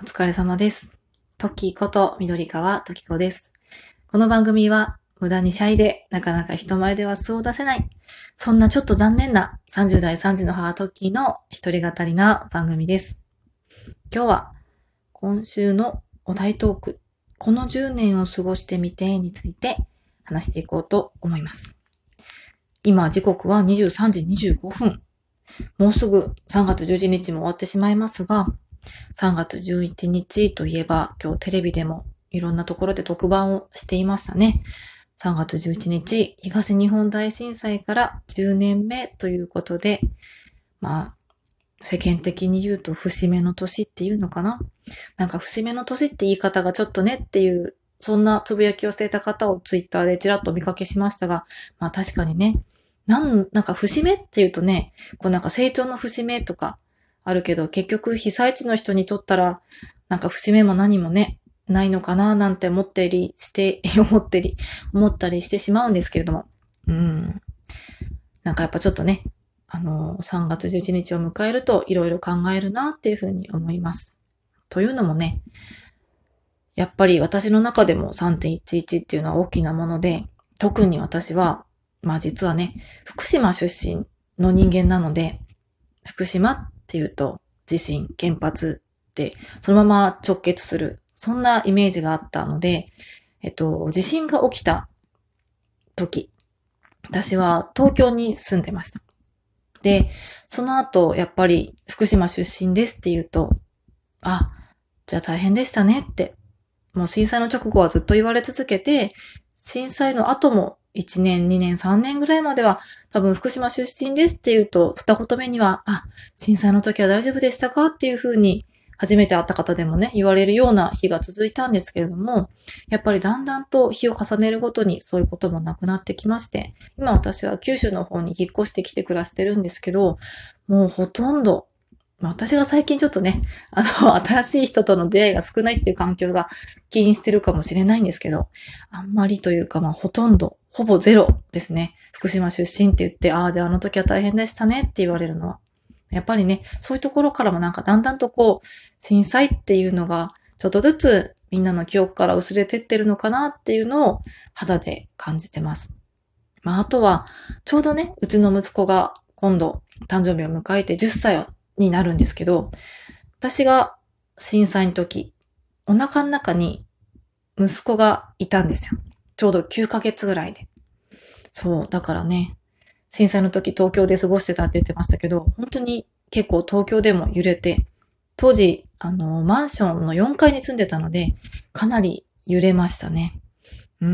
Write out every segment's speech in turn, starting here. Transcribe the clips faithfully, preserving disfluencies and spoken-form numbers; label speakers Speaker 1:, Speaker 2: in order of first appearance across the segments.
Speaker 1: お疲れ様です。トッキーこと緑川トキコです。この番組は無駄にシャイでなかなか人前では素を出せない、そんなちょっと残念なさんじゅう代さんじの母トッキーの一人語りな番組です。今日は今週のお題トーク、このじゅうねんを過ごしてみてについて話していこうと思います。今時刻はにじゅうさんじにじゅうごふん。もうすぐさんがつじゅういちにちも終わってしまいますが、さんがつじゅういちにちといえば今日テレビでもいろんなところで特番をしていましたね。さんがつじゅういちにち、東日本大震災からじゅうねんめということで、まあ、世間的に言うと節目の年っていうのかな。なんか節目の年って言い方がちょっとねっていう、そんなつぶやきをしていた方をツイッターでちらっと見かけしましたが、まあ確かにね、なん、なんか節目っていうとね、こうなんか成長の節目とかあるけど、結局被災地の人にとったら、なんか節目も何もね、ないのかななんて思ったりして、思ったり、思ったりしてしまうんですけれども。うん。なんかやっぱちょっとね、あの、さんがつじゅういちにちを迎えるといろいろ考えるなっていうふうに思います。というのもね、やっぱり私の中でも さんてんいちいち っていうのは大きなもので、特に私は、まあ実はね、福島出身の人間なので、福島っていうと地震、原発ってそのまま直結する、そんなイメージがあったので、えっと、地震が起きた時、私は東京に住んでました。で、その後、やっぱり福島出身ですって言うと、あ、じゃあ大変でしたねって、もう震災の直後はずっと言われ続けて、震災の後もいちねん、にねん、さんねんぐらいまでは多分福島出身ですって言うと、二言目には、あ、震災の時は大丈夫でしたかっていう風に初めて会った方でもね、言われるような日が続いたんですけれども、やっぱりだんだんと日を重ねるごとにそういうこともなくなってきまして、今私は九州の方に引っ越してきて暮らしてるんですけど、もうほとんど、私が最近ちょっとね、あの、新しい人との出会いが少ないっていう環境が起因してるかもしれないんですけど、あんまりというか、まあ、ほとんど、ほぼゼロですね。福島出身って言って、ああ、じゃああの時は大変でしたねって言われるのは。やっぱりね、そういうところからもなんかだんだんとこう、震災っていうのが、ちょっとずつみんなの記憶から薄れてってるのかなっていうのを肌で感じてます。まあ、あとは、ちょうどね、うちの息子が今度誕生日を迎えてじゅっさいになるんですけど、私が震災の時、お腹の中に息子がいたんですよ。ちょうどきゅうかげつぐらいで。そう、だからね、震災の時東京で過ごしてたって言ってましたけど、本当に結構東京でも揺れて、当時、あの、マンションのよんかいに住んでたので、かなり揺れましたね。うん。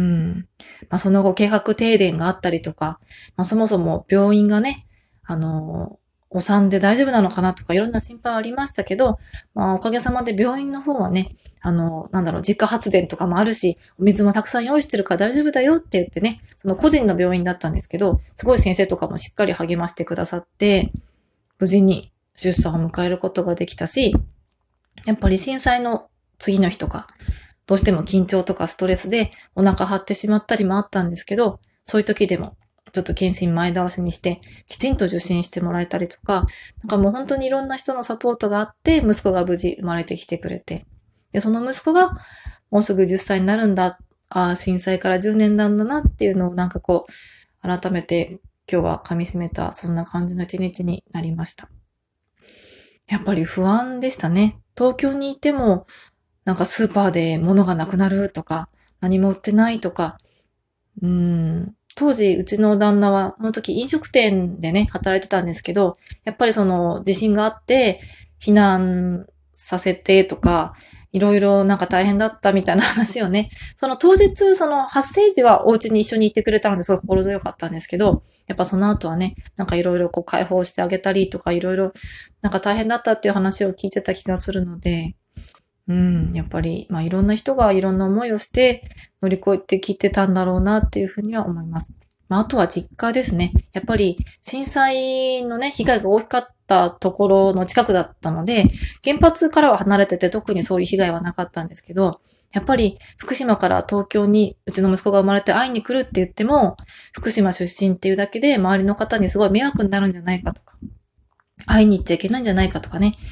Speaker 1: まあ、その後、計画停電があったりとか、まあ、そもそも病院がね、あの、お産で大丈夫なのかなとか、いろんな心配ありましたけど、まあ、おかげさまで病院の方はね、あの、なんだろう、自家発電とかもあるし、お水もたくさん用意してるから大丈夫だよって言ってね、その個人の病院だったんですけど、すごい先生とかもしっかり励ましてくださって、無事に出産を迎えることができたし、やっぱり震災の次の日とか、どうしても緊張とかストレスでお腹張ってしまったりもあったんですけど、そういう時でもちょっと検診前倒しにして、きちんと受診してもらえたりとか、なんかもう本当にいろんな人のサポートがあって、息子が無事生まれてきてくれて、で、その息子がもうすぐじゅっさいになるんだ、ああ、震災からじゅうねんなんだなっていうのをなんかこう、改めて今日は噛み締めた、そんな感じの一日になりました。やっぱり不安でしたね。東京にいても、なんかスーパーで物がなくなるとか、何も売ってないとか、うーん、当時、うちの旦那は、その時飲食店でね、働いてたんですけど、やっぱりその地震があって、避難させてとか、いろいろなんか大変だったみたいな話をね、その当日、その発生時はお家に一緒に行ってくれたのですごい心強かったんですけど、やっぱその後はね、なんかいろいろこう解放してあげたりとか、いろいろなんか大変だったっていう話を聞いてた気がするので、うん、やっぱり、まあいろんな人がいろんな思いをして乗り越えてきてたんだろうなっていうふうには思います。まああとは実家ですね。やっぱり震災のね、被害が大きかったところの近くだったので、原発からは離れてて特にそういう被害はなかったんですけど、やっぱり福島から東京にうちの息子が生まれて会いに来るって言っても、福島出身っていうだけで周りの方にすごい迷惑になるんじゃないかとか、会いに行っちゃいけないんじゃないかとかね、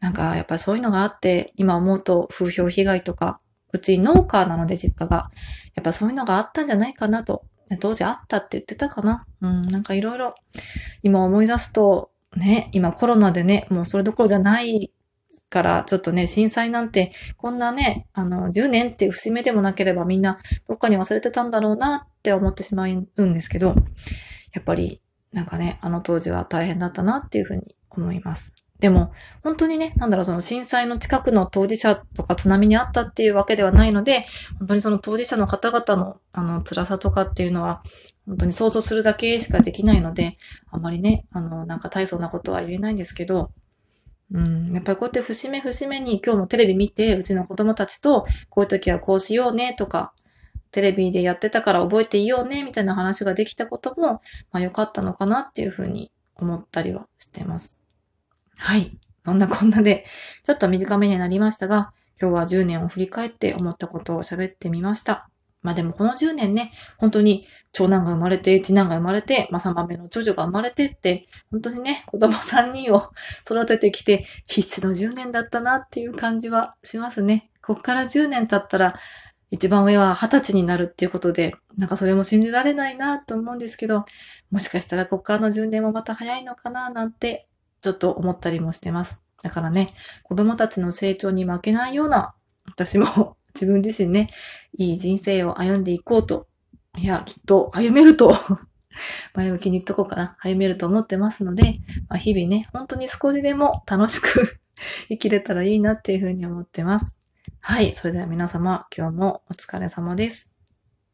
Speaker 1: なんかやっぱりそういうのがあって、今思うと風評被害とか、うち農家なので実家が、やっぱそういうのがあったんじゃないかなと、当時あったって言ってたかな。うん、なんかいろいろ今思い出すと、ね、今コロナでね、もうそれどころじゃないから、ちょっとね、震災なんて、こんなね、あの、じゅうねんっていう節目でもなければみんなどっかに忘れてたんだろうなって思ってしまうんですけど、やっぱりなんかね、あの当時は大変だったなっていうふうに思います。でも、本当にね、なんだろう、その震災の近くの当事者とか津波にあったっていうわけではないので、本当にその当事者の方々の、あの、辛さとかっていうのは、本当に想像するだけしかできないので、あまりね、あの、なんか大層なことは言えないんですけど、うん、やっぱりこうやって節目節目に今日もテレビ見て、うちの子供たちと、こういう時はこうしようねとか、テレビでやってたから覚えていようねみたいな話ができたことも、まあ良かったのかなっていうふうに思ったりはしてます。はい。そんなこんなで、ちょっと短めになりましたが、今日はじゅうねんを振り返って思ったことを喋ってみました。まあでもこのじゅうねんね、本当に長男が生まれて、次男が生まれて、まあさんばんめの長女が生まれてって、本当にね、子供さんにんを育ててきて、必死のじゅうねんだったなっていう感じはしますね。こっからじゅうねん経ったら、一番上ははたちになるっていうことで、なんかそれも信じられないなと思うんですけど、もしかしたらこっからのじゅうねんもまた早いのかななんて、ちょっと思ったりもしてます。だからね、子供たちの成長に負けないような、私も自分自身ね、いい人生を歩んでいこうと、いや、きっと歩めると前向きに言っとこうかな、歩めると思ってますので、まあ、日々ね、本当に少しでも楽しく生きれたらいいなっていうふうに思ってます。はい。それでは皆様、今日もお疲れ様です。